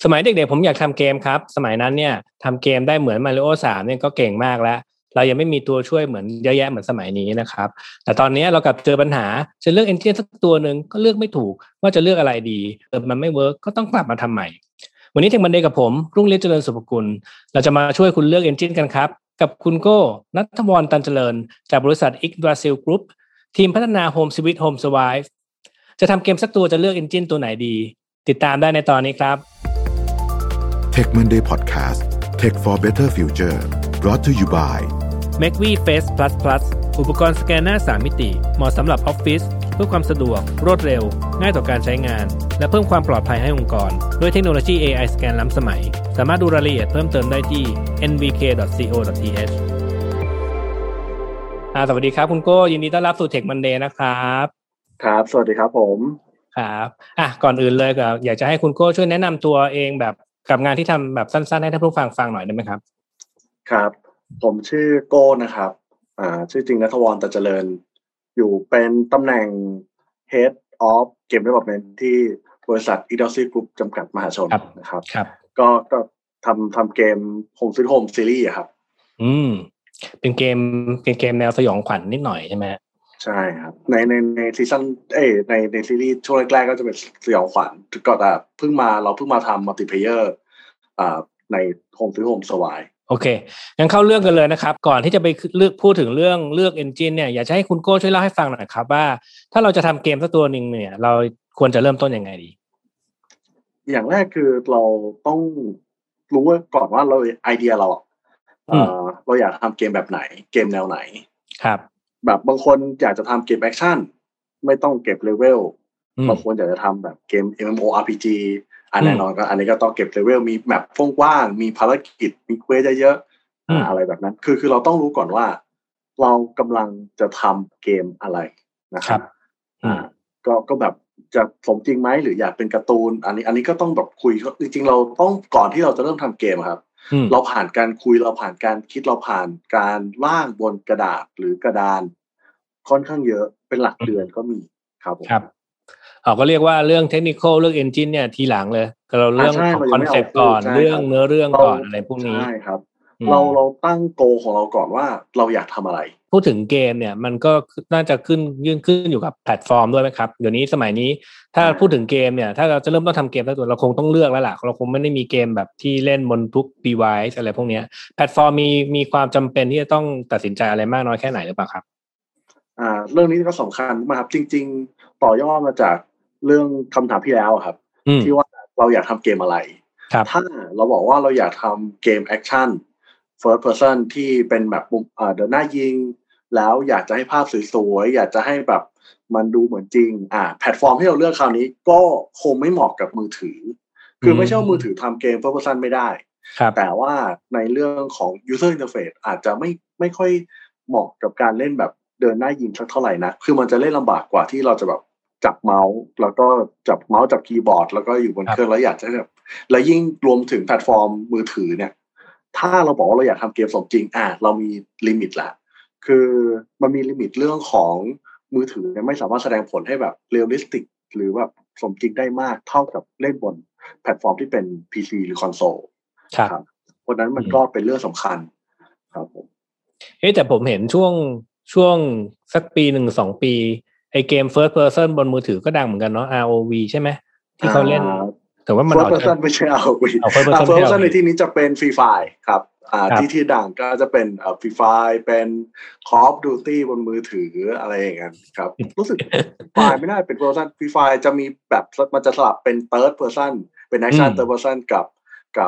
สมัยเด็กๆผมอยากทำเกมครับสมัยนั้นเนี่ยทำเกมได้เหมือน Mario 3เนี่ยก็เก่งมากแล้วเรายังไม่มีตัวช่วยเหมือนเยอะแยะเหมือนสมัยนี้นะครับแต่ตอนนี้เรากลับเจอปัญหาจะเลือก engine สักตัวนึงก็เลือกไม่ถูกว่าจะเลือกอะไรดีมันไม่เวิร์กก็ต้องกลับมาทำใหม่วันนี้Tech Mondayกับผมรุ่งฤทธิ์เจริญสุภกุลเราจะมาช่วยคุณเลือก engine กันครับกับคุณโก้ณัฐวรตันเจริญจากบริษัท Yggdrasil Group ทีมพัฒนา Home Sweet Home Survive จะทำเกมสักตัวจะเลือก engine ตัวไหนดีติดตามได้ในตอนนี้ครับ Tech Monday Podcast Tech for Better Future brought to you by Macvi Face Plus Plus อุปกรณ์สแกนหน้า3มิติเหมาะสำหรับออฟฟิศเพื่อความสะดวกรวดเร็วง่ายต่อการใช้งานและเพิ่มความปลอดภัยให้องค์กรด้วยเทคโนโลยี AI สแกนล้ำสมัยสามารถดูรายละเอียดเพิ่มเติมได้ที่ nvk.co.th สวัสดีครับคุณโก้ยินดีต้อนรับสู่ Tech Monday นะครับครับสวัสดีครับผมครับก่อนอื่นเลยก็อยากจะให้คุณโก้ช่วยแนะนำตัวเองแบบกับงานที่ทำแบบสั้นๆให้ท่านผู้ฟังหน่อยได้ไหมครับครับผมชื่อโก้นะครับชื่อจริงณัฐวรตันเจริญอยู่เป็นตำแหน่ง Head of Game Development ที่บริษัท Yggdrasil Group จำกัดมหาชนนะครับก็ทำเกม Home Sweet Home Series ครับเป็นเกมแนวสยองขวัญนิดหน่อยใช่ไหมใช่ครับในซีซั่นในซีรีส์ช่วงแรกๆก็จะเป็นสยองขวัญก็แต่เราเพิ่งมาทำมัลติเพลเยอร์ใน Home Sweet Home Survive โอเคงั้นเข้าเรื่องกันเลยนะครับก่อนที่จะไปพูดถึงเรื่องเลือก engine เนี่ยอยากจะให้คุณโก้ช่วยเล่าให้ฟังหน่อยครับว่าถ้าเราจะทำเกมสักตัวนึงเนี่ยเราควรจะเริ่มต้นยังไงดีอย่างแรกคือเราต้องรู้ว่าก่อนว่าเราไอเดียเราอยากทำเกมแบบไหนเกมแนวไหนครับแบบบางคนอยากจะทำเกมแอคชั่นไม่ต้องเก็บเลเวลบางคนอยากจะทำแบบเกม MMORPG แน่นอนก็อันนี้ก็ต้องเก็บเลเวลมีแมปกว้างมีภารกิจมีเควสเยอะๆอะไรแบบนั้นคือเราต้องรู้ก่อนว่าเรากำลังจะทำเกมอะไรนะครับก็แบบจะสมจริงไหมหรืออยากเป็นการ์ตูนอันนี้ก็ต้องแบบคุยจริงๆเราต้องก่อนที่เราจะเริ่มทำเกมครับเราผ่านการคุยเราผ่านการคิดเราผ่านการร่างบนกระดาษหรือกระดานค่อนข้างเยอะเป็นหลักเดือนก็มีครับผมครับก็เรียกว่าเรื่องเทคนิคเรื่อง engine เนี่ยทีหลังเลยเราเรื่องของคอนเซ็ปต์ก่อนเรื่องเนื้อเรื่องก่อนอะไรพวกนี้ใช่ครับเราตั้งโกของเราก่อนว่าเราอยากทำอะไรพูดถึงเกมเนี่ยมันก็น่าจะขึ้นอยู่กับแพลตฟอร์มด้วยไหมครับเดี๋ยวนี้สมัยนี้ถ้าพูดถึงเกมเนี่ยถ้าเราจะเริ่มต้นทำเกมแล้วตัวเราคงต้องเลือกแล้วล่ะเราคงไม่ได้มีเกมแบบที่เล่นบนทุก device อะไรพวกนี้แพลตฟอร์มมีความจำเป็นที่จะต้องตัดสินใจอะไรมากน้อยแค่ไหนหรือเปล่าครับเรื่องนี้ก็สำคัญมากครับจริงๆต่อยอดมาจากเรื่องคำถามที่แล้วครับที่ว่าเราอยากทำเกมอะไรถ้าเราบอกว่าเราอยากทำเกมแอคชั่น first person ที่เป็นแบบเดินหน้ายิงแล้วอยากจะให้ภาพสวยๆอยากจะให้แบบมันดูเหมือนจริงแพลตฟอร์มที่เราเลือกคราวนี้ก็คงไม่เหมาะกับมือถือคือไม่ใช่ว่ามือถือทำเกม first person ไม่ได้แต่ว่าในเรื่องของ user interface อาจจะไม่ค่อยเหมาะกับการเล่นแบบเดินหน้ายิงสักเท่าไหร่นะคือมันจะเล่นลำบากกว่าที่เราจะแบบจับเมาส์แล้วก็จับเมาส์จับคีย์บอร์ดแล้วก็อยู่บนเครื่องแล้วอยากจะแบบแล้วยิ่งรวมถึงแพลตฟอร์มมือถือเนี่ยถ้าเราบอกว่าเราอยากทำเกมสมจริงเรามีลิมิตละคือมันมีลิมิตเรื่องของมือถือเนี่ยไม่สามารถแสดงผลให้แบบเรียลลิสติกหรือแบบสมจริงได้มากเท่ากับเล่นบนแพลตฟอร์มที่เป็น PC หรือคอนโซลครับเพราะนั้นมันก็เป็นเรื่องสำคัญครับผมแต่ผมเห็นช่วงสักปี1-2 ปีไอเกม first person บนมือถือก็ดังเหมือนกันเนาะ ROV ใช่ไหมที่เขาเล่นแต่ว่ามัน first person ไม่ใช่ ROV first person ในที่นี้จะเป็น Free Fire ครับที่ดังก็จะเป็น Free Fire เป็น Call of Duty บนมือถืออะไรอย่างเงี้ยครับรู้สึก Fire ไม่น่าเป็น first person Free Fire จะมีแบบมันจะสลับเป็น third person เป็น action third person กับ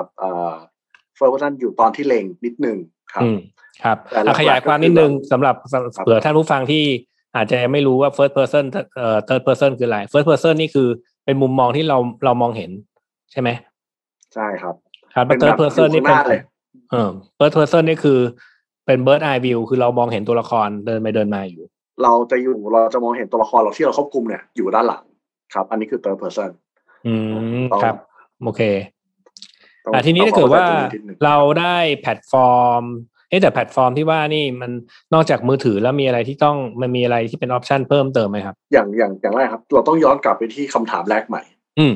first person อยู่ตอนที่เล็งนิดนึงครับขยายความนิดนึงสำหรับเผื่อท่านผู้ฟังที่อาจจะไม่รู้ว่า first person third person คืออะไร first person นี่คือเป็นมุมมองที่เรามองเห็นใช่ไหมใช่ครับ third person นี่เป็นfirst person นี่คือเป็น bird eye view คือเรามองเห็นตัวละครเดินไปเดินมาอยู่เราจะมองเห็นตัวละครเราที่เราควบคุมเนี่ยอยู่ด้านหลังครับอันนี้คือ third person ครับโอเคทีนี้ถ้าเกิดว่าเราได้แพลตฟอร์มแต่แพลตฟอร์มที่ว่านี่มันนอกจากมือถือแล้วมีอะไรที่มันมีอะไรที่เป็นออปชันเพิ่มเติมไหมครับอย่างแรกครับเราต้องย้อนกลับไปที่คำถามแรกใหม่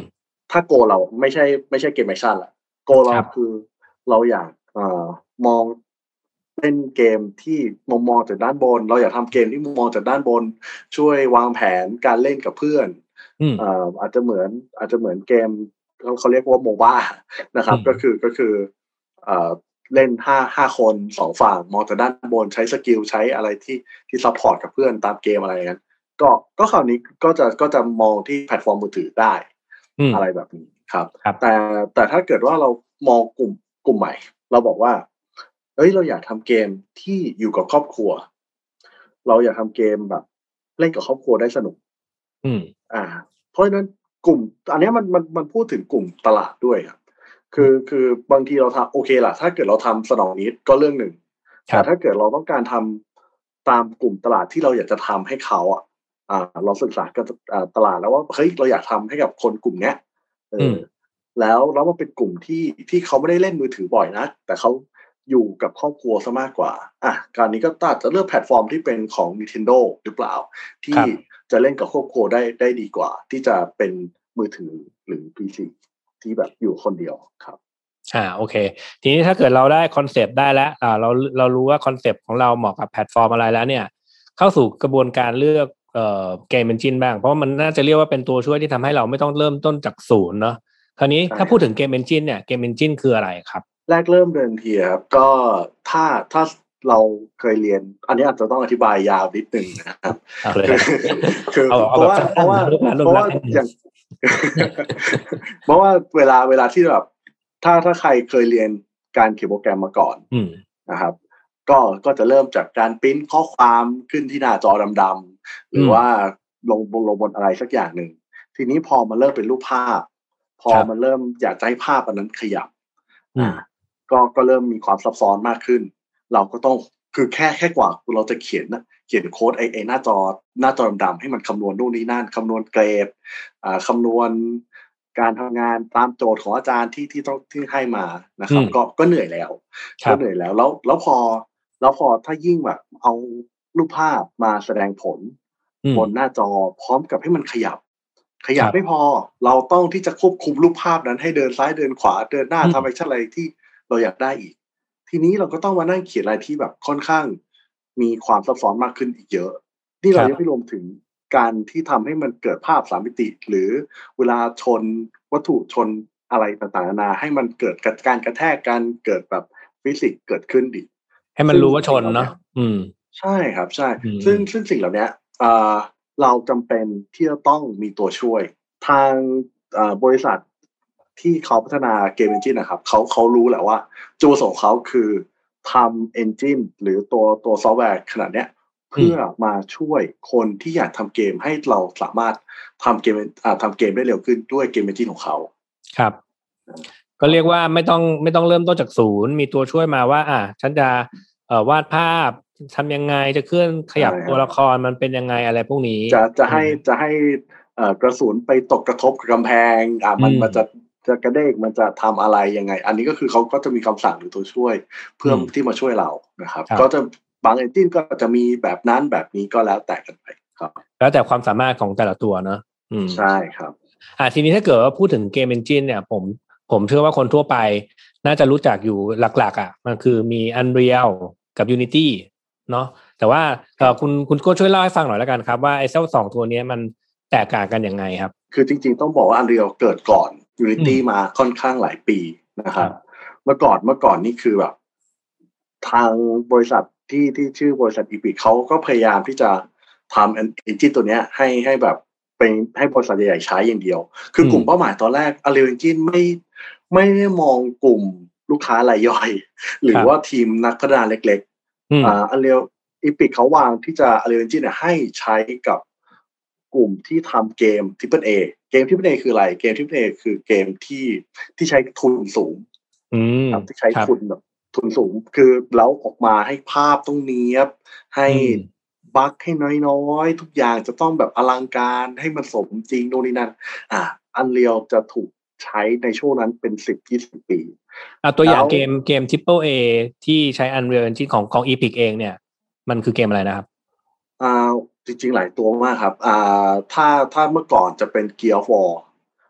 ถ้าโกเราไม่ใช่เกมแอคชั่นละโกเราคือเราอยากมองเล่นเกมที่มองจากด้านบนเราอยากทำเกมที่มองจากด้านบนช่วยวางแผนการเล่นกับเพื่อนอาจจะเหมือนเกมเขาเรียกว่าโมบ้านะครับก็คือเล่น5คน2ฝั่งมองจากด้านบนใช้สกิลใช้อะไรที่ซัพพอร์ตกับเพื่อนตามเกมอะไรอย่างนั้นก็คราวนี้ก็จะมองที่แพลตฟอร์มมือถือได้อะไรแบบนี้ครับแต่ถ้าเกิดว่าเรามองกลุ่มใหม่เราบอกว่าเราอยากทำเกมที่อยู่กับครอบครัวเราอยากทำเกมแบบเล่นกับครอบครัวได้สนุกเพราะฉะนั้นกลุ่มอันนี้มันพูดถึงกลุ่มตลาดด้วยครับคือบางทีเราทำโอเคล่ะถ้าเกิดเราทำสนองนี้ก็เรื่องหนึ่งแต่ถ้าเกิดเราต้องการทำตามกลุ่มตลาดที่เราอยากจะทำให้เขาเราศึกษากับตลาดแล้วว่าเฮ้ยเราอยากทำให้กับคนกลุ่มเนี้ยแล้วมันเป็นกลุ่มที่เขาไม่ได้เล่นมือถือบ่อยนะแต่เขาอยู่กับครอบครัวซะมากกว่าการนี้ก็ตัดจะเลือกแพลตฟอร์มที่เป็นของ Nintendo หรือเปล่าที่จะเล่นกับครอบครัวได้ดีกว่าที่จะเป็นมือถือหรือ PC ที่แบบอยู่คนเดียวครับโอเคทีนี้ถ้าเกิดเราได้คอนเซปต์ได้แล้วเรารู้ว่าคอนเซปต์ของเราเหมาะกับแพลตฟอร์มอะไรแล้วเนี่ยเข้าสู่กระบวนการเลือกเกมเอนจินบ้างเพราะมันน่าจะเรียกว่าเป็นตัวช่วยที่ทำให้เราไม่ต้องเริ่มต้นจากศูนย์เนาะคราวนี้ถ้าพูดถึงเกมเอนจินเนี่ยเกมเอนจินคืออะไรครับแรกเริ่มเดินทีครับก็ถ้าเราเคยเรียนอันนี้อาจจะต้องอธิบายยาวนิดนึงนะครับคือเพราะว่าอย่างเพราะว่าเวลาที่แบบถ้าใครเคยเรียนการเขียนโปรแกรมมาก่อนนะครับก็จะเริ่มจากการปริ้นข้อความขึ้นที่หน้าจอดำๆหรือว่าลงบนอะไรสักอย่างหนึ่งทีนี้พอมันเริ่มเป็นรูปภาพพอมันเริ่มอยากจะให้ภาพอันนั้นขยับก็เริ่มมีความซับซ้อนมากขึ้นเราก็ต้องคือแค่กว่าเราจะเขียนโค้ดไอ้หน้าจอดำๆให้มันคำนวณนู่นนี่นั่นคำนวณเกรดคำนวณการทำงานตามโจทย์ของอาจารย์ที่ให้มานะครับก็เหนื่อยแล้วแล้วพอถ้ายิ่งแบบเอารูปภาพมาแสดงผลบนหน้าจอพร้อมกับให้มันขยับไม่พอเราต้องที่จะควบคุมรูปภาพนั้นให้เดินซ้ายเดินขวาเดินหน้าทำอะไรอะไรที่เราอยากได้อีกทีนี้เราก็ต้องมานั่งเขียนอะไรที่แบบค่อนข้างมีความซับซ้อนมากขึ้นอีกเยอะนี่เรายังไม่รวมถึงการที่ทำให้มันเกิดภาพ3มิติหรือเวลาชนวัตถุชนอะไรต่างๆนานาให้มันเกิดการกระแทกกันเกิดแบบฟิสิกส์เกิดขึ้นดิให้มันรู้ว่าชนเนาะใช่ครับใช่ซึ่งสิ่งเหล่านี้เราจำเป็นที่จะต้องมีตัวช่วยทางบริษัทที่เขาพัฒนาเกมเอนจินนะครับเขารู้แหละว่าจุดประสงค์เขาคือทำเอนจินหรือตัวซอฟต์แวร์ขนาดเนี้ยเพื่อมาช่วยคนที่อยากทำเกมให้เราสามารถทำเกมได้เร็วขึ้นด้วยเกมเอนจินของเขาครับก็เรียกว่าไม่ต้องเริ่มต้นจากศูนย์มีตัวช่วยมาว่าฉันจะวาดภาพทำยังไงจะเคลื่อนขยับตัวละครมันเป็นยังไงอะไรพวกนี้จะให้กระสุนไปตกกระทบกับกำแพงมันจะกระเด้งมันจะทำอะไรยังไงอันนี้ก็คือเขาก็จะมีคำสั่งหรือตัวช่วยเพื่อที่มาช่วยเรานะครับก็จะบางเอนจินก็จะมีแบบนั้นแบบนี้ก็แล้วแต่กันไปครับแล้วแต่ความสามารถของแต่ละตัวเนอะใช่ครับทีนี้ถ้าเกิดว่าพูดถึงเกมเอนจินเนี่ยผมเชื่อว่าคนทั่วไปน่าจะรู้จักอยู่หลักๆมันคือมี Unreal กับ Unity เนาะแต่ว่าคุณก็ช่วยเล่าให้ฟังหน่อยแล้วกันครับว่าไอ้เจ้า2ตัวนี้มันแตกต่างกันยังไงครับคือจริงๆต้องบอกว่า Unreal เกิดก่อน Unity มาค่อนข้างหลายปีนะครับเมื่อก่อนนี่คือแบบทางบริษัทที่ชื่อบริษัท Epic เขาก็พยายามที่จะทำ engine ตัวเนี้ยให้แบบเป็นให้บริษัทใหญ่ๆใช้อย่างเดียวคือกลุ่มเป้าหมายตอนแรก Unreal Engine ไม่ได้มองกลุ่มลูกค้ารายย่อยหรือว่าทีมนักพัฒนาเล็กๆUnreal Epic เขาวางที่จะ Unreal Engine เนี่ยให้ใช้กับกลุ่มที่ทำเกม Triple A เกม Triple A คืออะไรเกม Triple A คือเกมที่ใช้ทุนสูงครับที่ใช้ทุนแบบทุนสูงคือแล้วออกมาให้ภาพต้องเนียบให้บั๊กให้น้อยๆทุกอย่างจะต้องแบบอลังการให้มันสมจริงโน่นนี่นั่นUnreal จะถูกใช้ในช่วงนั้นเป็น 10-20 ปีตัวอย่างเกม Triple A ที่ใช้ Unreal Engine ของ Epic เองเนี่ยมันคือเกมอะไรนะครับจริงๆหลายตัวมากครับถ้าเมื่อก่อนจะเป็น Gears of War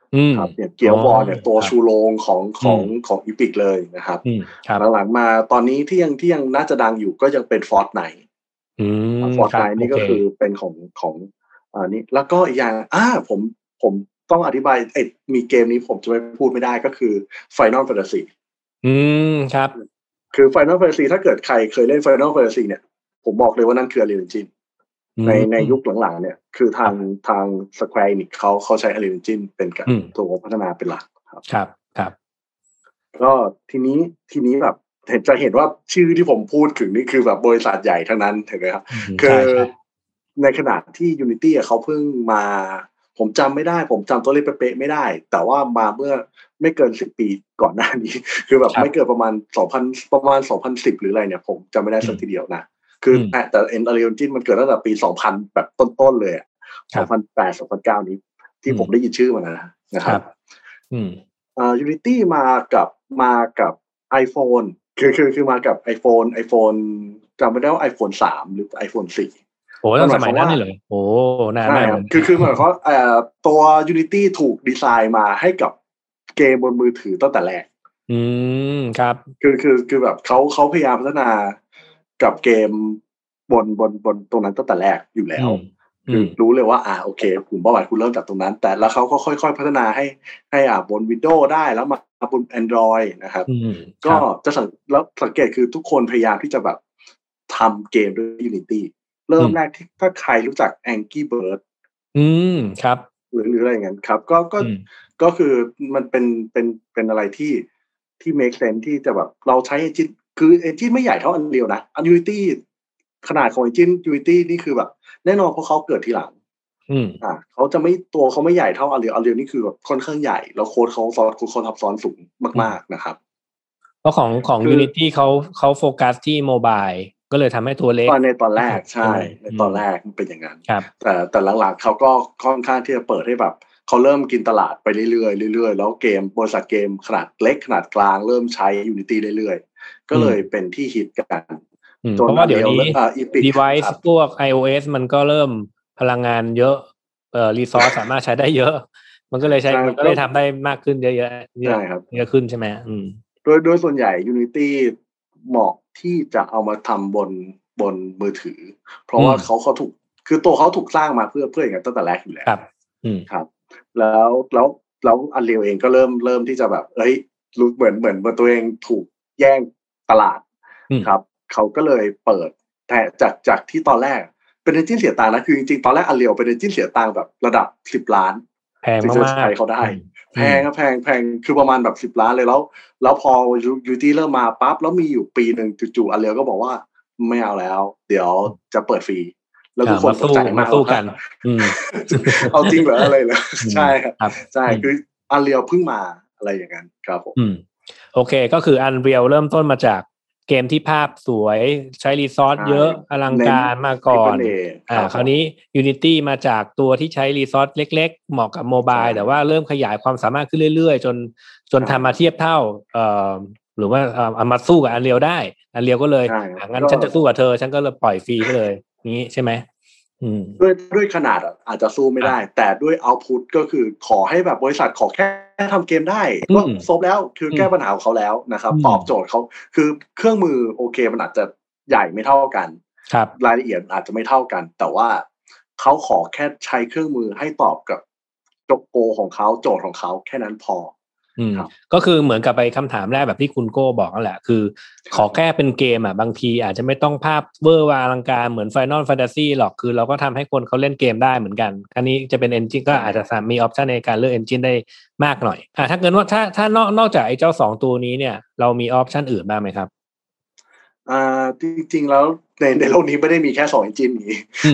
ครับเนี่ยเกียร์วอลเนี่ยตัวชูโรงของอีพิกเลยนะครับหลังๆมาตอนนี้ที่ยังน่าจะดังอยู่ก็ยังเป็นฟอร์ตไนท์ฟอร์ตไนท์นี่ก็คือเป็นของนี่แล้วก็อีกอย่างผมต้องอธิบายมีเกมนี้ผมจะไม่พูดไม่ได้ก็คือ Final Fantasy ครับคือ Final Fantasy ถ้าเกิดใครเคยเล่น Final Fantasy เนี่ยผมบอกเลยว่านั่นคือ Unreal Engine ในยุคหลังๆเนี่ยคือทาง Square Enix เขาใช้ Unreal Engine เป็นตัวพัฒนาเป็นหลักครับก็ทีนี้แบบจะเห็นว่าชื่อที่ผมพูดถึงนี่คือแบบบริษัทใหญ่ทั้งนั้นเห็นไหมครับคือในขณะที่ Unity เขาเพิ่งมาผมจำตัวเลขเป๊ะๆไม่ได้แต่ว่ามาเมื่อไม่เกิน10 ปีก่อนหน้านี้คือแบบไม่เกินประมาณ2010หรืออะไรเนี่ยผมจำไม่ได้สักทีเดียวนะคือแต่ Unreal Engine มันเกิดตั้งแต่ปี2000แบบต้นๆเลย2008 2009นี้ที่ผมได้ยินชื่อมันนะครับUnity มากับ iPhone คือมากับ iPhone จำไม่ได้ว่า iPhone 3 หรือ iPhone 4 โอ้ตั้งสมัยนั้นนี่เลยโอ้นานมากคือเหมือนเขาตัว Unity ถูกดีไซน์มาให้กับเกมบนมือถือตั้งแต่แรกครับคือแบบเขาพยายามพัฒนากับเกมบนตรงนั้นตั้งแต่แรกอยู่แล้วคือรู้เลยว่าโอเคกลุ่มเป้าหมายคุณเริ่มจากตรงนั้นแต่แล้วเขาก็ค่อยๆพัฒนาให้บน Windows ได้แล้วมาบน Android นะครับก็จะสังเกตคือทุกคนพยายามที่จะแบบทำเกมด้วย Unity เริ่มแรกที่ถ้าใครรู้จัก Angry Bird ครับหรืออะไรอย่างนั้นครับก็คือมันเป็นอะไรที่ make sense ที่จะแบบเราใช้ engine คือ engine ไม่ใหญ่เท่า Unreal นะ Unity ขนาดของ engine Unity นี่คือแบบแน่นอนเพราะเขาเกิดทีหลังเขาจะไม่ตัวเขาไม่ใหญ่เท่า Unreal นี่คือแบบค่อนข้างใหญ่แล้วโค้ดเขาทับซ้อนสูงมากๆนะครับเพราะของ Unity เขาโฟกัสที่โมบายก็เลยทำให้ตัวเล็กตอนแรกใช่ในตอนแรกมันเป็นอย่างนั้นแต่หลังๆเขาก็ค่อนข้างที่จะเปิดให้แบบเขาเริ่มกินตลาดไปเรื่อยๆแล้วเกมบริษัทเกมขนาดเล็กขนาดกลางเริ่มใช้ Unity เรื่อยๆก็เลยเป็นที่ฮิตกันเพราะว่าเดี๋ยวนี้ device พวก iOS มันก็เริ่มพลังงานเยอะresource สามารถใช้ได้เยอะมันก็เลยทำได้มากขึ้นเยอะๆเยอะขึ้นใช่ไหมโดยส่วนใหญ่ Unity เหมาะที่จะเอามาทำบนมือถือเพราะว่าเขาถูกคือตัวเขาถูกสร้างมาเพื่ออย่างนั้นตั้งแต่แรกอยู่แล้วครับแล้วUnreal เองก็เริ่มที่จะแบบรู้เหมือนตัวเองถูกแย่งตลาดครับเขาก็เลยเปิดแต่จากที่ตอนแรกเป็น engine เสียตังค์นะคือจริงๆตอนแรกUnrealเป็น engine เสียตังค์แบบระดับ10 ล้านแพงมากใช้เขาได้แพงคือประมาณแบบ10 ล้านเลยแล้วพอ Unity เริ่มมาปั๊บแล้วมีอยู่ปีนึงจู่ๆUnrealก็บอกว่าไม่เอาแล้วเดี๋ยวจะเปิดฟรีแล้วทุกคนตกใจมากสู้กันเอาจริงเหรออะไรเหรอใช่ครับใช่คือUnrealเพิ่งมาอะไรอย่างนั้นครับผมโอเคก็คือ Unreal เริ่มต้นมาจากเกมที่ภาพสวยใช้รีซอสเยอะอลังการมาก่อนคราวนี้ Unity มาจากตัวที่ใช้รีซอสเล็กๆเหมาะกับโมบายแต่ว่าเริ่มขยายความสามารถขึ้นเรื่อยๆจนทำมาเทียบเท่าหรือว่าเอามาสู้กับ Unreal ได้ Unreal ก็เลยงั้นฉันจะสู้กับเธอฉันก็เลยปล่อยฟรีไปเลยนี้ใช่ไหมด้วยขนาดอาจจะสู้ไม่ได้แต่ด้วยเอาท์พุตก็คือขอให้แบบบริษัทขอแค่ทำเกมได้ก็ซบแล้วคือแก้ปัญหาของเขาแล้วนะครับตอบโจทย์เขาคือเครื่องมือโอเคมันอาจจะใหญ่ไม่เท่ากันรายละเอียดอาจจะไม่เท่ากันแต่ว่าเขาขอแค่ใช้เครื่องมือให้ตอบกับโกของเขาโจทย์ของเขาแค่นั้นพอก็คือเหมือนกับไปคำถามแรกแบบที่คุณโก้บอกนั่นแหละคือขอแค่เป็นเกมบางทีอาจจะไม่ต้องภาพเวอร์วาอลังการเหมือน Final Fantasy หรอกคือเราก็ทำให้คนเขาเล่นเกมได้เหมือนกันอันนี้จะเป็น engine ก็อาจจะมี option ในการเลือก engine ได้มากหน่อยถ้าเกิดว่าถ้านอกจากไอ้เจ้า2ตัวนี้เนี่ยเรามี option อื่นบ้างไหมครับจริงๆแล้วในโลกนี้ไม่ได้มีแค่2 engine นี้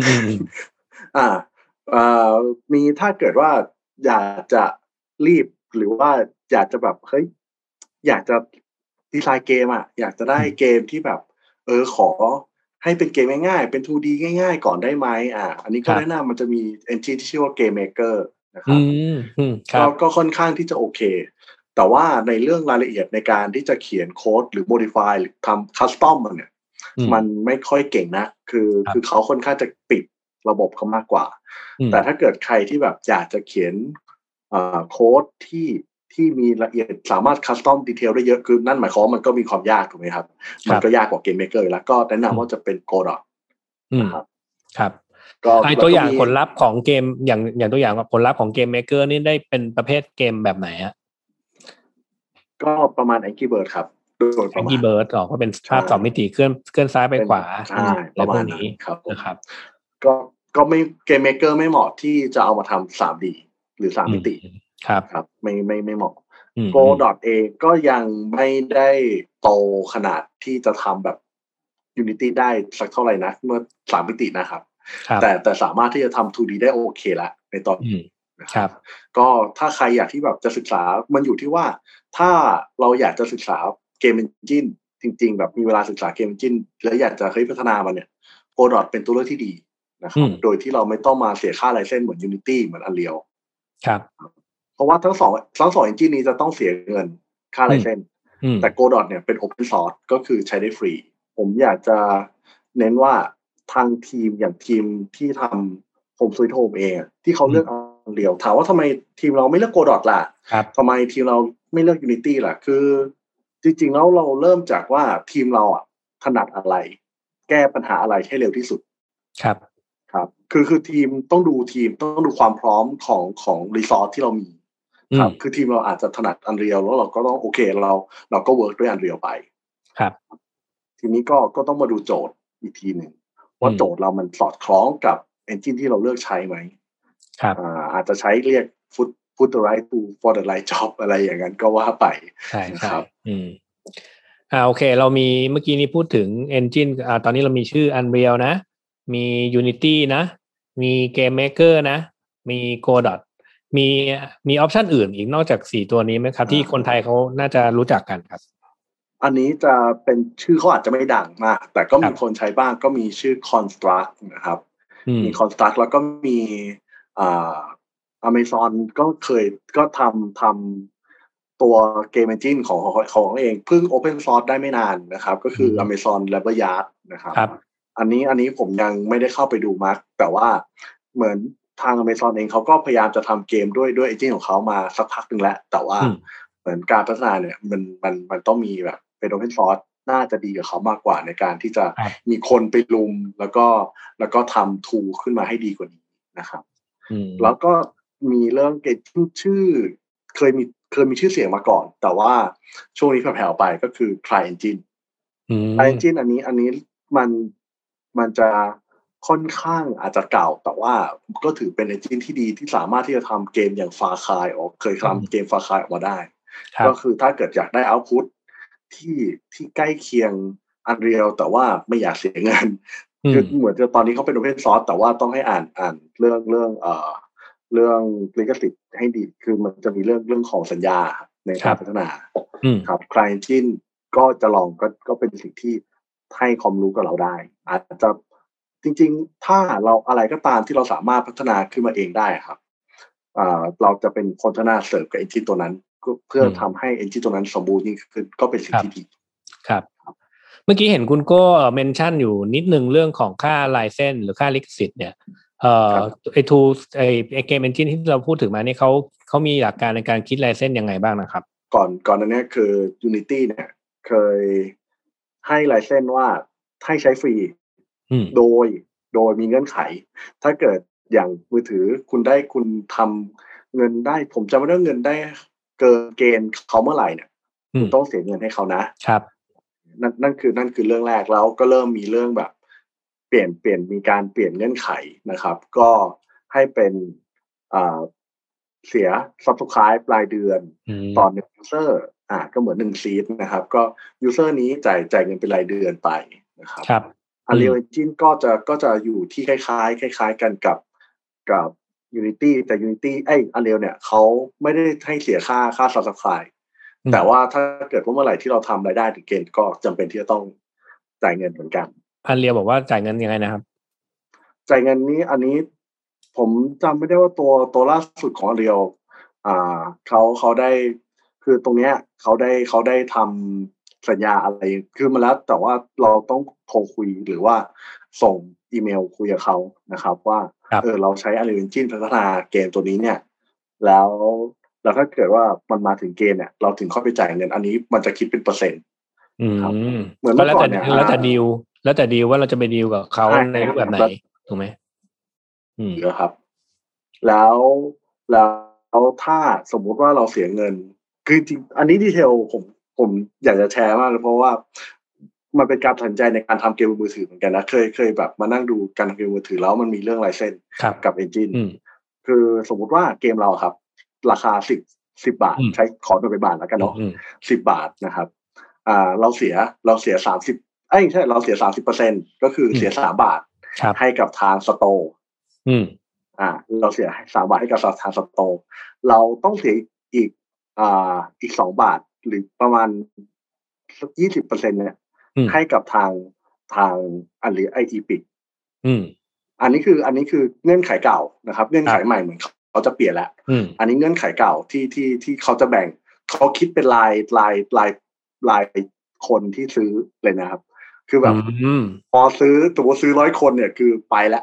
มีถ้าเกิดว่าอยากจะรีบหรือว่าอยากจะแบบอยากจะดีไซน์เกมอยากจะได้เกมที่แบบขอให้เป็นเกมง่ายๆเป็น 2D ง่ายๆก่อนได้ไหมอันนี้ก็แนะนำมันจะมี engine ที่ชื่อว่า Game Maker นะครับก็ค่อนข้างที่จะโอเคแต่ว่าในเรื่องรายละเอียดในการที่จะเขียนโค้ดหรือ modify หรือทำ custom เนี่ยมันไม่ค่อยเก่งนะคือเขาค่อนข้างจะปิดระบบเขามากกว่าแต่ถ้าเกิดใครที่แบบอยากจะเขียนโค้ดที่มีละเอียดสามารถคัสตอมดีเทลได้เยอะคือนั่นหมายความว่ามันก็มีความยากถูกไหมครับมันก็ยากกว่าเกมเมเกอร์แล้วก็แนะนำว่าจะเป็น Godot นะครับครับก็ตัวอย่างผลลัพธ์ของเกมอย่างตัวอย่างผลลัพธ์ของเกมเมเกอร์นี่ได้เป็นประเภทเกมแบบไหนฮะก็ประมาณ Angry Bird ครับโดยประมาณ Angry Bird ก็เป็นภาพ2มิติเคลื่อนซ้ายไปขวาใช่ประมาณนี้นะครับก็ไม่เกมเมเกอร์ไม่เหมาะที่จะเอามาทำ 3D หรือ3มิติครับไม่เหมาะ Godot เองก็ยังไม่ได้โตขนาดที่จะทำแบบ Unity ได้สักเท่าไหร่นะเมื่อ3มิตินะครับแต่สามารถที่จะทำ 2D ได้โอเคละในตอนนี้นะครับก็ถ้าใครอยากที่แบบจะศึกษามันอยู่ที่ว่าถ้าเราอยากจะศึกษาเกมเอนจินจริงๆแบบมีเวลาศึกษาเกมเอนจินแล้วอยากจะพัฒนามันเนี่ย Godot เป็นตัวเลือกที่ดีนะครับโดยที่เราไม่ต้องมาเสียค่าไลเซนส์เหมือน Unity เหมือน Unreal ครับเพราะว่าทั้งสองเอนจินนี้จะต้องเสียเงินค่าไลเซนส์แต่ Godot เนี่ยเป็น Open Source ก็คือใช้ได้ฟรีผมอยากจะเน้นว่าทางทีมอย่างทีมที่ทำHome Sweet Homeเองที่เขาเลือกUnreal ถามว่าทำไมทีมเราไม่เลือก Godot ล่ะทำไมทีมเราไม่เลือก Unity ล่ะคือจริงๆแล้วเราเริ่มจากว่าทีมเราถนัดอะไรแก้ปัญหาอะไรให้เร็วที่สุดครับคือทีมต้องดูความพร้อมของรีซอสที่เรามีครับคือทีมเราอาจจะถนัด Unreal แล้วเราก็ต้องโอเคเราก็เวิร์กด้วย Unreal ไปครับทีนี้ก็ต้องมาดูโจทย์อีกทีหนึ่งว่าโจทย์เรามันสอดคล้องกับ engine ที่เราเลือกใช้ไหมครับอาจจะใช้เรียก put the right tool for the right job อะไรอย่างนั้นก็ว่าไปใช่ครับโอเคเรามีเมื่อกี้นี้พูดถึง engine ตอนนี้เรามีชื่อ Unreal นะมี Unity นะมี Game Maker นะมี Godot มีออปชันอื่นอีกนอกจาก4ตัวนี้ไหมครับที่คนไทยเขาน่าจะรู้จักกันครับอันนี้จะเป็นชื่อเขาอาจจะไม่ดังมากแต่ก็มีคนใช้บ้างก็มีชื่อ Construct นะครับมี Construct แล้วก็มีAmazon ก็ทำตัวเกม engine ของเองเพิ่ง Open Source ได้ไม่นานนะครับก็คือ Amazon Labyrinth นะครับอันนี้ผมยังไม่ได้เข้าไปดูมากแต่ว่าเหมือนทาง Amazon เองเขาก็พยายามจะทำเกมด้วย engine ของเขามาสักพักนึงแล้วแต่ว่าเหมือนการพัฒนาเนี่ยมันต้องมีแบบเป็น Open Source น่าจะดีกับเขามากกว่าในการที่จะมีคนไปลุมแล้วก็ทำ tool ขึ้นมาให้ดีกว่านี้นะครับแล้วก็มีเรื่องเกมชื่อเคยมีชื่อเสียงมาก่อนแต่ว่าช่วงนี้แผ่วๆไปก็คือ CryEngine CryEngine อันนี้มันจะค่อนข้างอาจจะเก่าแต่ว่าก็ถือเป็น engine ที่ดีที่สามารถที่จะทำเกมอย่าง Far Cry เคยทำเกม Far Cry ออกมาได้ก็คือถ้าเกิดอยากได้ output ที่ใกล้เคียง Unreal แต่ว่าไม่อยากเสียเงินคือเหมือนตอนนี้เขาเป็น Open Source แต่ว่าต้องให้อ่านเรื่องลิขสิทธิ์ให้ดีคือมันจะมีเรื่องของสัญญาในการพัฒนาครับ CryEngine ก็จะลองก็เป็นสิ่งที่ให้ความรู้กับเราได้อาจจะจริงๆถ้าเราอะไรก็ตามที่เราสามารถพัฒนาขึ้นมาเองได้ครับเราจะเป็นคนพัฒนาเสริมกับ engine ตัวนั้นเพื่อทำให้ engine ตัวนั้นสมบูรณ์ยิ่งขึ้นก็เป็นสิ่งที่ดีครับเมื่อกี้เห็นคุณโก้เมนชั่นอยู่นิดนึงเรื่องของค่าไลเซนส์หรือค่าลิขสิทธิ์เนี่ยไอ้ tool ไอ้เกม engine ที่เราพูดถึงมานี่เขามีหลักการในการคิดไลเซนส์ยังไงบ้างนะครับก่อนอันนี้คือ Unity เนี่ยเคยให้ไลเซนส์ว่าให้ใช้ฟรีโดยมีเงื่อนไขถ้าเกิดอย่างมือถือคุณทำเงินได้ผมจำไม่ได้เงินได้เกินเกณฑ์เขาเมื่อไหร่เนี่ยคุณต้องเสียเงินให้เขานะครับนั่นคือเรื่องแรกแล้วก็เริ่มมีเรื่องแบบเปลี่ยนมีการเปลี่ยนเงื่อนไขนะครับก็ให้เป็นเสีย Subscribe รายเดือนต่อ1 user ก็เหมือน1 seed นะครับก็ user นี้จ่ายเงินเป็นรายเดือนไปนะครับUnreal Engine ก็จะอยู่ที่คล้ายกันกับ Unity แต่ Unity Unreal เนี่ยเขาไม่ได้ให้เสียค่า Subscribe แต่ว่าถ้าเกิดว่าเมื่อไหร่ที่เราทำรายได้ถึงเกณฑ์ก็จำเป็นที่จะต้องจ่ายเงินเหมือนกัน Unreal บอกว่าจ่ายเงินยังไงนะครับจ่ายเงินนี้อันนี้ผมจำไม่ได้ว่าตัวล่าสุดของ Unreal เขาได้คือตรงเนี้ยเขาได้ทำสัญญาอะไรคือมาแล้วแต่ว่าเราต้องโทรคุยหรือว่าส่งอีเมลคุยกับเขานะครับว่าเราใช้ Unreal Engine พัฒนาเกมตัวนี้เนี่ยแล้วถ้าเกิดว่ามันมาถึงเกณฑ์เนี่ยเราถึงเข้าไปจ่ายเงินอันนี้มันจะคิดเป็นเปอร์เซ็นต์ครับเหมือนเมื่อก่อนเนี่ยแล้วแต่ดีลว่าเราจะไปดีลกับเขาในรูปแบบไหนถูกไหมครับแล้วถ้าสมมุติว่าเราเสียเงินคือจริงอันนี้ดีเทลผมอยากจะแชร์มากเลยเพราะว่ามันเป็นการตัดสินใจในการทำเกมมือถือเหมือนกันนะเคยแบบมานั่งดูการทำเกมมือถือแล้วมันมีเรื่องไลเซนส์กับเอนจินคือสมมุติว่าเกมเราครับราคา10 บาทใช้ขอโดยเป็นบาทแล้วกันเนาะ10 บาทนะครับเราเสีย30ใช่เราเสีย 30% ก็คือเสีย3 บาทให้กับทางสโตร์เราเสีย3 บาทให้กับทางสโตร์เราต้องเสียอีก2 บาทหรือประมาณ 20% เนี่ยให้กับทางอันหรืออีพิกอันนี้คือเงื่อนไขเก่านะครับเงื่อนไขใหม่เหมือนเขาจะเปลี่ยนแล้วอันนี้เงื่อนไขเก่าที่เขาจะแบ่งเขาคิดเป็นรายคนที่ซื้อเลยนะครับคือแบบพอซื้อ100 คนเนี่ยคือไปละ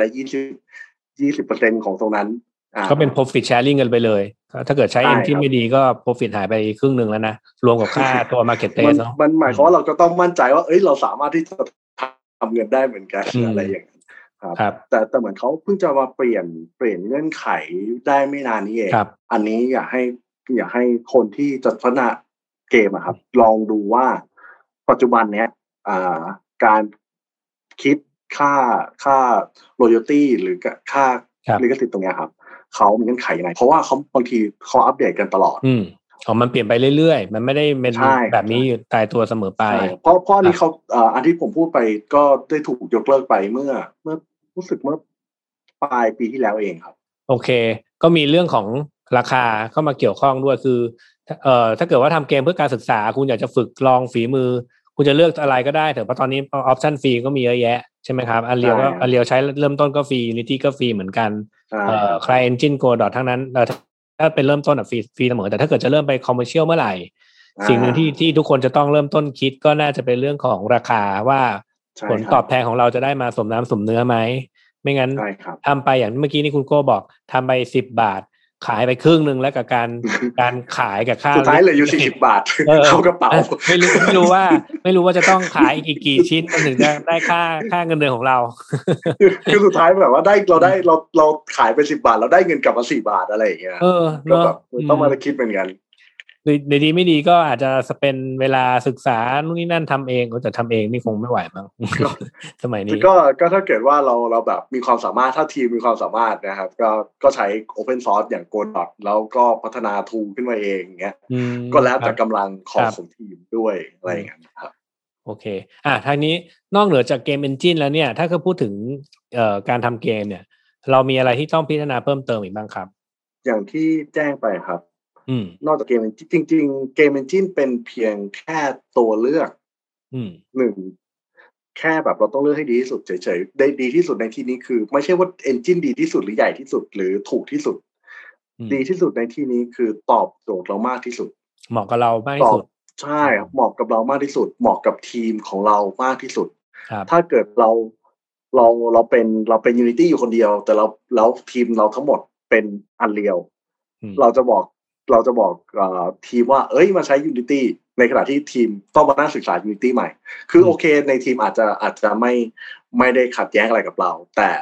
20% ของตรงนั้นก็เป็น profit sharing กันไปเลยถ้าเกิดใช้ engine ไม่ดีก็ profit หายไปครึ่งนึงแล้วนะรวมกับค่าตัว market place เนาะมันหมายความว่าเราก็ต้องมั่นใจว่าเราสามารถที่จะทำเงินได้เหมือนกันอะไรอย่างนี้ครับแต่เหมือนเขาเพิ่งจะมาเปลี่ยนเงื่อนไขได้ไม่นานนี้เองอันนี้อยากให้คนที่จะพัฒนาเกมครับลองดูว่าปัจจุบันเนี้ยการคิดค่า royalty หรือค่าลิขสิทธิ์ตรงนี้ครับเขามีเงื่อนไขยังไงเพราะว่าเขาบางทีเขาอัปเดตกันตลอดมันเปลี่ยนไปเรื่อยๆมันไม่ได้เป็นแบบนี้อยู่ตายตัวเสมอไปเพราะนี้เขาอันที่ผมพูดไปก็ได้ถูกยกเลิกไปเมื่อรู้สึกเมื่อปลายปีที่แล้วเองครับโอเคก็มีเรื่องของราคาเข้ามาเกี่ยวข้องด้วยคือถ้าเกิดว่าทำเกมเพื่อการศึกษาคุณอยากจะฝึกลองฝีมือคุณจะเลือกอะไรก็ได้เถอะเพราะตอนนี้ออปชั่นฟรีก็มีเยอะแยะใช่ไหมครับอันเรียวใช้เริ่มต้นก็ฟรี Unity ก็ฟรีเหมือนกันCryEngine Godot ทั้งนั้นถ้าเป็นเริ่มต้นฟรีเสมอแต่ถ้าเกิดจะเริ่มไป commercial เมื่อไหร่สิ่งหนึ่งที่ทุกคนจะต้องเริ่มต้นคิดก็น่าจะเป็นเรื่องของราคาว่าผลตอบแทนของเราจะได้มาสมน้ำสมเนื้อไหมไม่งั้นทำไปอย่างเมื่อกี้นี่คุณโก้บอกทำไป10 บาทขายไปครึ่งนึงแล้วกับการขายกับค่าสุดท้ายเหลืออยู่40 บาทเข้ากระเป๋าไม่รู้ว่าจะต้องขายอีกกี่ชิ้นมันถึงจะได้ค่าเงินเดือนของเราคือสุดท้ายแบบว่าเราขายไป10 บาทเราได้เงินกลับมา4 บาทอะไรอย่างเงี้ยก็แบบต้องมาคิดเหมือนกันในดีไม่ดีก็อาจจะเป็นเวลาศึกษานู่นนี่นั่นทำเองก็จะทำเองนี่คงไม่ไหวมั้งสมัยนี้ก็ถ้าเกิดว่าเราแบบมีความสามารถถ้าทีมมีความสามารถนะครับก็ใช้ Open Source อย่าง Godot แล้วก็พัฒนา tool ขึ้นมาเองอย่างเงี้ยก็แล้วแต่กำลังของทีมด้วยอะไรอย่างเงี้ยครับโอเคทางนี้นอกเหนือจากเกม Engine แล้วเนี่ยถ้าพูดถึงการทำเกมเนี่ยเรามีอะไรที่ต้องพิจารณาเพิ่มเติมอีกบ้างครับอย่างที่แจ้งไปครับนอกจากเกมจริงๆเกม Engine เป็นเพียงแค่ตัวเลือกหนึ่งแค่แบบเราต้องเลือกให้ดีที่สุดเฉยๆได้ดีที่สุดในที่นี้คือไม่ใช่ว่า Engine ดีที่สุดหรือใหญ่ที่สุดหรือถูกที่สุดดีที่สุดในที่นี้คือตอบโจทย์เรามากที่สุดเหมาะกับเรามากที่สุดใช่เหมาะกับเรามากที่สุดเหมาะกับทีมของเรามากที่สุดถ้าเกิดเราเป็น Unity อยู่คนเดียวแต่แล้วทีมเราทั้งหมดเป็น Unreal เราจะบอกทีมว่ามาใช้ Unity ในขณะที่ทีมต้องมานั่งศึกษา Unity ใหม่คือโอเคในทีมอาจจะไม่ได้ขัดแย้งอะไรกับเราแต่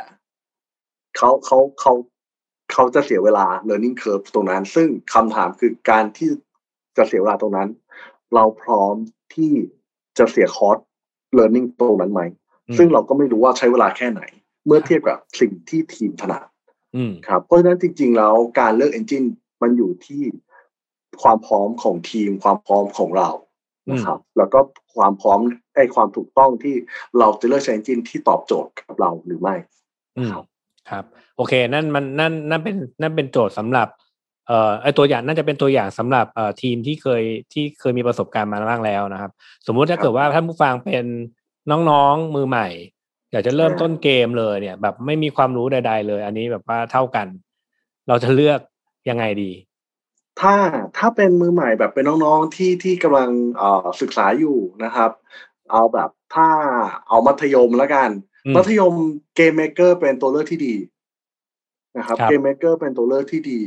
เขาจะเสียเวลา learning curve ตรงนั้นซึ่งคำถามคือการที่จะเสียเวลาตรงนั้นเราพร้อมที่จะเสียคอร์ส learning ตรงนั้นไหมซึ่งเราก็ไม่รู้ว่าใช้เวลาแค่ไหนเมื่อเทียบกับสิ่งที่ทีมถนัดครับเพราะฉะนั้นจริงๆแล้วการเลือก engine มันอยู่ที่ความพร้อมของทีมความพร้อมของเรานะครับแล้วก็ความพร้อมความถูกต้องที่เราจะเลือกใช้ engine ที่ตอบโจทย์กับเราหรือไม่ครับโอเคนั่นเป็นโจทย์สำหรับตัวอย่างน่าจะเป็นตัวอย่างสำหรับทีมที่เคยมีประสบการณ์มาบ้างแล้วนะครับสมมุติถ้าเกิดว่าท่านผู้ฟังเป็นน้องๆมือใหม่อยากจะเริ่มต้นเกมเลยเนี่ยแบบไม่มีความรู้ใดๆเลยอันนี้แบบว่าเท่ากันเราจะเลือกยังไงดีถ้าเป็นมือใหม่แบบเป็นน้องๆที่กำลังศึกษาอยู่นะครับเอาแบบถ้าเอามัธยมแล้วกันมัธยมเกมเมเกอร์เป็นตัวเลือกที่ดีนะครับเกมเมเกอร์เป็นตัวเลือกที่ดี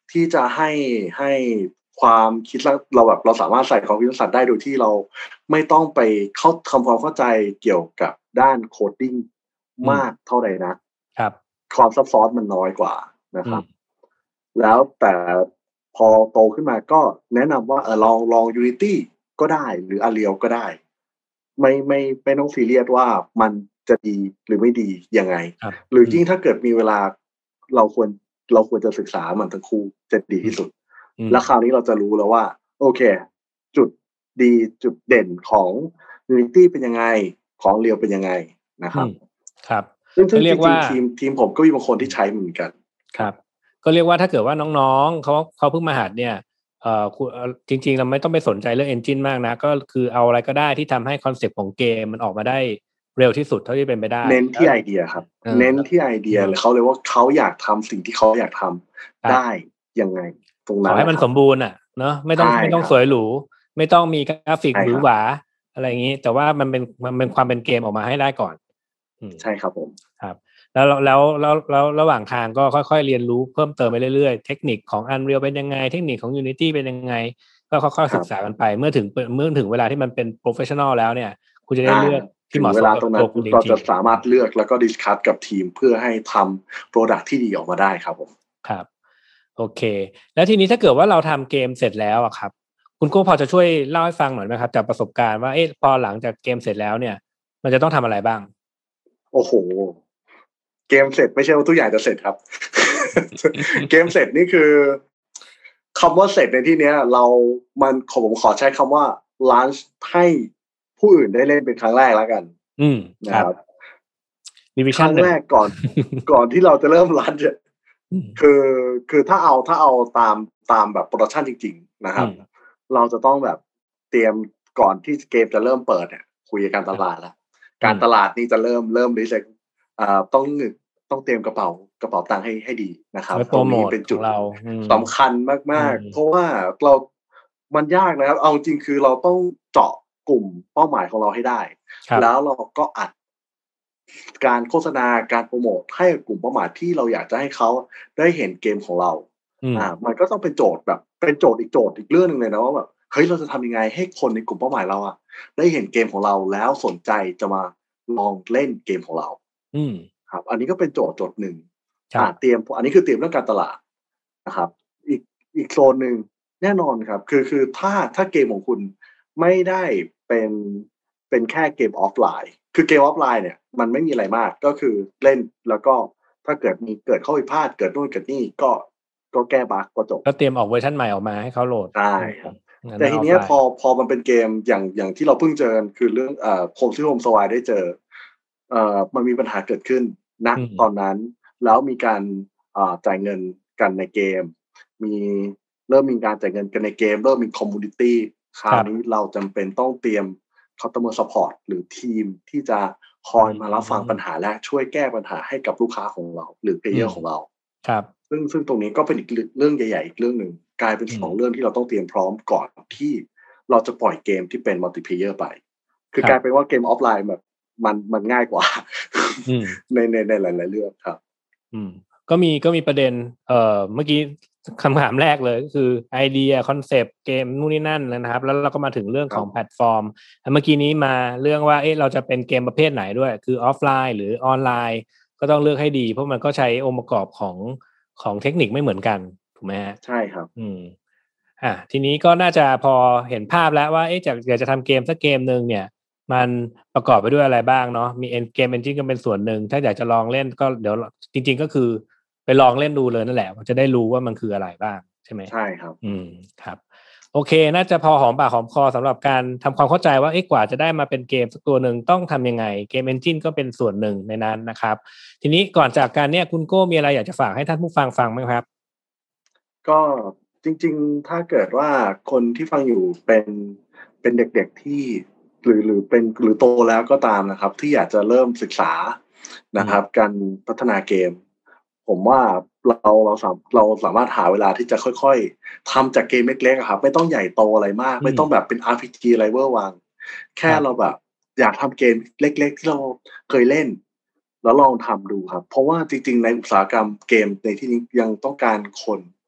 ที่จะให้ความคิดเราแบบเราสามารถใส่ความคิดสร้างสรรค์ได้โดยที่เราไม่ต้องไปทำความเข้าใจเกี่ยวกับด้านโคดดิ้งมากเท่าใดนะครับความซับซ้อนมันน้อยกว่านะครับแล้วแต่พอโตขึ้นมาก็แนะนำว่าลอง Unity ก็ได้หรือ Unreal ก็ได้ไม่ต้องซีเรียสว่ามันจะดีหรือไม่ดียังไงหรือยิ่งถ้าเกิดมีเวลาเราควรจะศึกษามันทั้งคู่จะดีที่สุดแล้วคราวนี้เราจะรู้แล้วว่าโอเคจุดดีจุดเด่นของ Unity เป็นยังไงของ Unreal เป็นยังไงนะครับครับซึ่งเรียกว่าทีมผมก็มีบางคนที่ใช้เหมือนกันครับก็เรียกว่าถ้าเกิดว่าน้องๆเขาเพิ่งมาหัดเนี่ยจริงๆเราไม่ต้องไปสนใจเรื่อง engine มากนะก็คือเอาอะไรก็ได้ที่ทำให้คอนเซ็ปต์ของเกมมันออกมาได้เร็วที่สุดเท่าที่เป็นไปได้เน้นที่ไอเดียครับเน้นที่ไอเดียหรือเขาเลยว่าเขาอยากทำสิ่งที่เขาอยากทำได้ยังไงตรงนั้นขอให้มันสมบูรณ์เนาะไม่ต้องสวยหรูไม่ต้องมีกราฟิกหรือหวาอะไรอย่างนี้แต่ว่ามันเป็นความเป็นเกมออกมาให้ได้ก่อนใช่ครับผมครับแล้วระหว่างทางก็ค่อยๆเรียนรู้เพิ่มเติมไปเรื่อยๆเทคนิคของ Unreal เป็นยังไงเทคนิคของ Unity เป็นยังไงก็ค่อยๆศึกษากันไปเมื่อถึงเวลาที่มันเป็น professional แล้วเนี่ยคุณจะได้เลือกที่เหมาะสมกับตัวคุณจริงๆเราจะสามารถเลือกแล้วก็ดิสคัสกับทีมเพื่อให้ทำ product ที่ดีออกมาได้ครับผมครับโอเคแล้วทีนี้ถ้าเกิดว่าเราทำเกมเสร็จแล้วอะครับคุณโก้พอจะช่วยเล่าให้ฟังหน่อยไหมครับจากประสบการณ์ว่าพอหลังจากเกมเสร็จแล้วเนี่ยมันจะต้องทำอะไรบ้างโอ้โหเกมเสร็จไม่ใช่ว่าทุกอย่างจะเสร็จครับ เกมเสร็จนี่คือคำว่าเสร็จในที่นี้ผมขอใช้คำว่า launch ให้ผู้อื่นได้เล่นเป็นครั้งแรกแล้วกันนะครับครั้งแรกก่อนที่เราจะเริ่มlaunchคือถ้าเอาตามแบบโปรดักชันจริงๆนะครับเราจะต้องแบบเตรียมก่อนที่เกมจะเริ่มเปิดเนี่ยคุยกับการตลาดแล้วการตลาดนี่จะเริ่มรีเซ็ตต้องเตรียมกระเป๋าตังค์ให้ดีนะครับตรงนี้เป็นจุดสำคัญมากๆเพราะว่ามันยากนะครับเอาจริงคือเราต้องเจาะกลุ่มเป้าหมายของเราให้ได้แล้วเราก็อัดการโฆษณาการโปรโมทให้กลุ่มเป้าหมายที่เราอยากจะให้เขาได้เห็นเกมของเรามันก็ต้องเป็นโจทย์แบบเป็นโจทย์อีกเรื่องนึงเลยนะว่าแบบเฮ้ยเราจะทำยังไงให้คนในกลุ่มเป้าหมายเราได้เห็นเกมของเราแล้วสนใจจะมาลองเล่นเกมของเราครับอันนี้ก็เป็นโจทย์หนึ่งเตรียมอันนี้คือเตรียมเรื่องการตลาดนะครับอีกโซนหนึ่งแน่นอนครับคือถ้าเกมของคุณไม่ได้เป็นแค่เกมออฟไลน์คือเกมออฟไลน์เนี่ยมันไม่มีอะไรมากก็คือเล่นแล้วก็ถ้าเกิดข้อผิดพลาดเกิดนู่นเกิดนี่ก็แก้บั๊กก็จบก็เตรียมออกเวอร์ชันใหม่ออกมาให้เขาโหลดใช่ครับแต่ทีนี้พอมันเป็นเกมอย่างที่เราเพิ่งเจอคือเรื่องโฮมสวายได้เจอมันมีปัญหาเกิดขึ้นนะตอนนั้นแล้วมีการจ่ายเงินกันในเกมเริ่มมีการจ่ายเงินกันในเกมเริ่มมีคอมมูนิตี้คราวนี้เราจำเป็นต้องเตรียมcustomer support หรือทีมที่จะคอยมารับฟังปัญหาและช่วยแก้ปัญหาให้กับลูกค้าของเราหรือ player ของเราครับซึ่งตรงนี้ก็เป็นอีกเรื่องใหญ่ๆอีกเรื่องหนึ่งกลายเป็น2เรื่องที่เราต้องเตรียมพร้อมก่อนที่เราจะปล่อยเกมที่เป็น multiplayer ไปคือกลายเป็นว่าเกมออฟไลน์แบบมันง่ายกว่าในหลายๆเรื่องครับก็มีประเด็นเมื่อกี้คำถามแรกเลยก็คือไอเดียคอนเซปต์เกมนู่นนี่นั่นนะครับแล้วเราก็มาถึงเรื่องของแพลตฟอร์มเมื่อกี้นี้มาเรื่องว่าเราจะเป็นเกมประเภทไหนด้วยคือออฟไลน์หรือออนไลน์ก็ต้องเลือกให้ดีเพราะมันก็ใช้องค์ประกอบของเทคนิคไม่เหมือนกันถูกไหมฮะใช่ครับทีนี้ก็น่าจะพอเห็นภาพแล้วว่าอยากจะทำเกมสักเกมนึงเนี่ยมันประกอบไปด้วยอะไรบ้างเนาะมีเกมเอนจินก็เป็นส่วนหนึ่งถ้าอยากจะลองเล่นก็เดี๋ยวจริงๆก็คือไปลองเล่นดูเลยนั่นแหละจะได้รู้ว่ามันคืออะไรบ้างใช่ไหมใช่ครับครับโอเคน่าจะพอหอมปากหอมคอสำหรับการทำความเข้าใจว่ากว่าจะได้มาเป็นเกมสักตัวหนึ่งต้องทำยังไงเกมเอนจินก็เป็นส่วนหนึ่งในนั้นนะครับทีนี้ก่อนจากการเนี่ยคุณโก้มีอะไรอยากจะฝากให้ท่านผู้ฟังไหมครับก็จริงๆถ้าเกิดว่าคนที่ฟังอยู่เป็นเด็กๆที่หรือโตแล้วก็ตามนะครับที่อยากจะเริ่มศึกษานะครับการพัฒนาเกมผมว่าเราสามารถหาเวลาที่จะค่อยๆทำจากเกมเล็กๆครับไม่ต้องใหญ่โตอะไรมากไม่ต้องแบบเป็น RPG อะไรเวอร์วังแค่เราแบบอยากทำเกมเล็กๆที่เราเคยเล่นแล้วลองทำดูครับเพราะว่าจริงๆในอุตสาหกรรมเกมในที่นี้ยังต้องการคน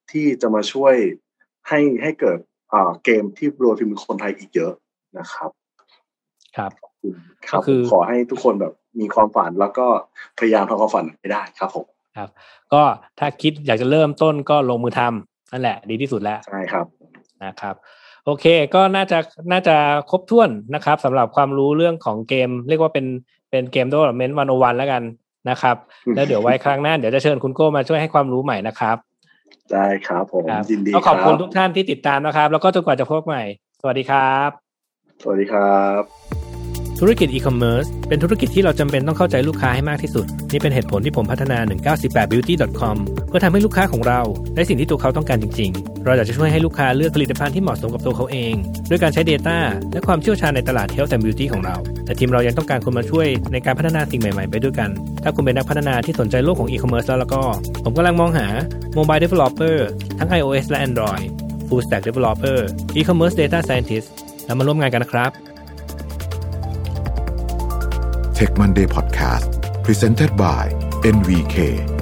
ที่จะมาช่วยให้เกิดเกมที่โรยฝีมือคนไทยอีกเยอะนะครับครับครับขอให้ทุกคนแบบมีความฝันแล้วก็พยายามทำความฝันให้ได้ครับผมครับก็ถ้าคิดอยากจะเริ่มต้นก็ลงมือทำนั่นแหละดีที่สุดแล้วใช่ครับนะครับโอเคก็น่าจะครบถ้วนนะครับสำหรับความรู้เรื่องของเกมเรียกว่าเป็นเกม Development 101แล้วกันนะครับแล้วเดี๋ยวไว้ครั้งหน้าเดี๋ยวจะเชิญคุณโก้มาช่วยให้ความรู้ใหม่นะครับได้ครับผมยินดีครับขอบคุณทุกท่านที่ติดตามนะครับแล้วก็จนกว่าจะพบใหม่สวัสดีครับสวัสดีครับธุรกิจอีคอมเมิร์ซเป็นธุรกิจที่เราจำเป็นต้องเข้าใจลูกค้าให้มากที่สุดนี่เป็นเหตุผลที่ผมพัฒนา 198beauty.com เพื่อทำให้ลูกค้าของเราได้สิ่งที่ตัวเขาต้องการจริงๆเราอยากจะช่วยให้ลูกค้าเลือกผลิตภัณฑ์ที่เหมาะสมกับตัวเขาเองด้วยการใช้ Data และความเชี่ยวชาญในตลาด Health and Beauty ของเราแต่ทีมเรายังต้องการคนมาช่วยในการพัฒนาสิ่งใหม่ๆไปด้วยกันถ้าคุณเป็นนักพัฒนาที่สนใจโลกของอีคอมเมิร์ซแล้วก็ผมกำลังมองหา Mobile Developer ทั้ง iOS และ Android Full Stack Developer E-commerce Data Scientist แล้วมาร่วมงานกันนะครับ Tech Monday Podcast Presented by NVK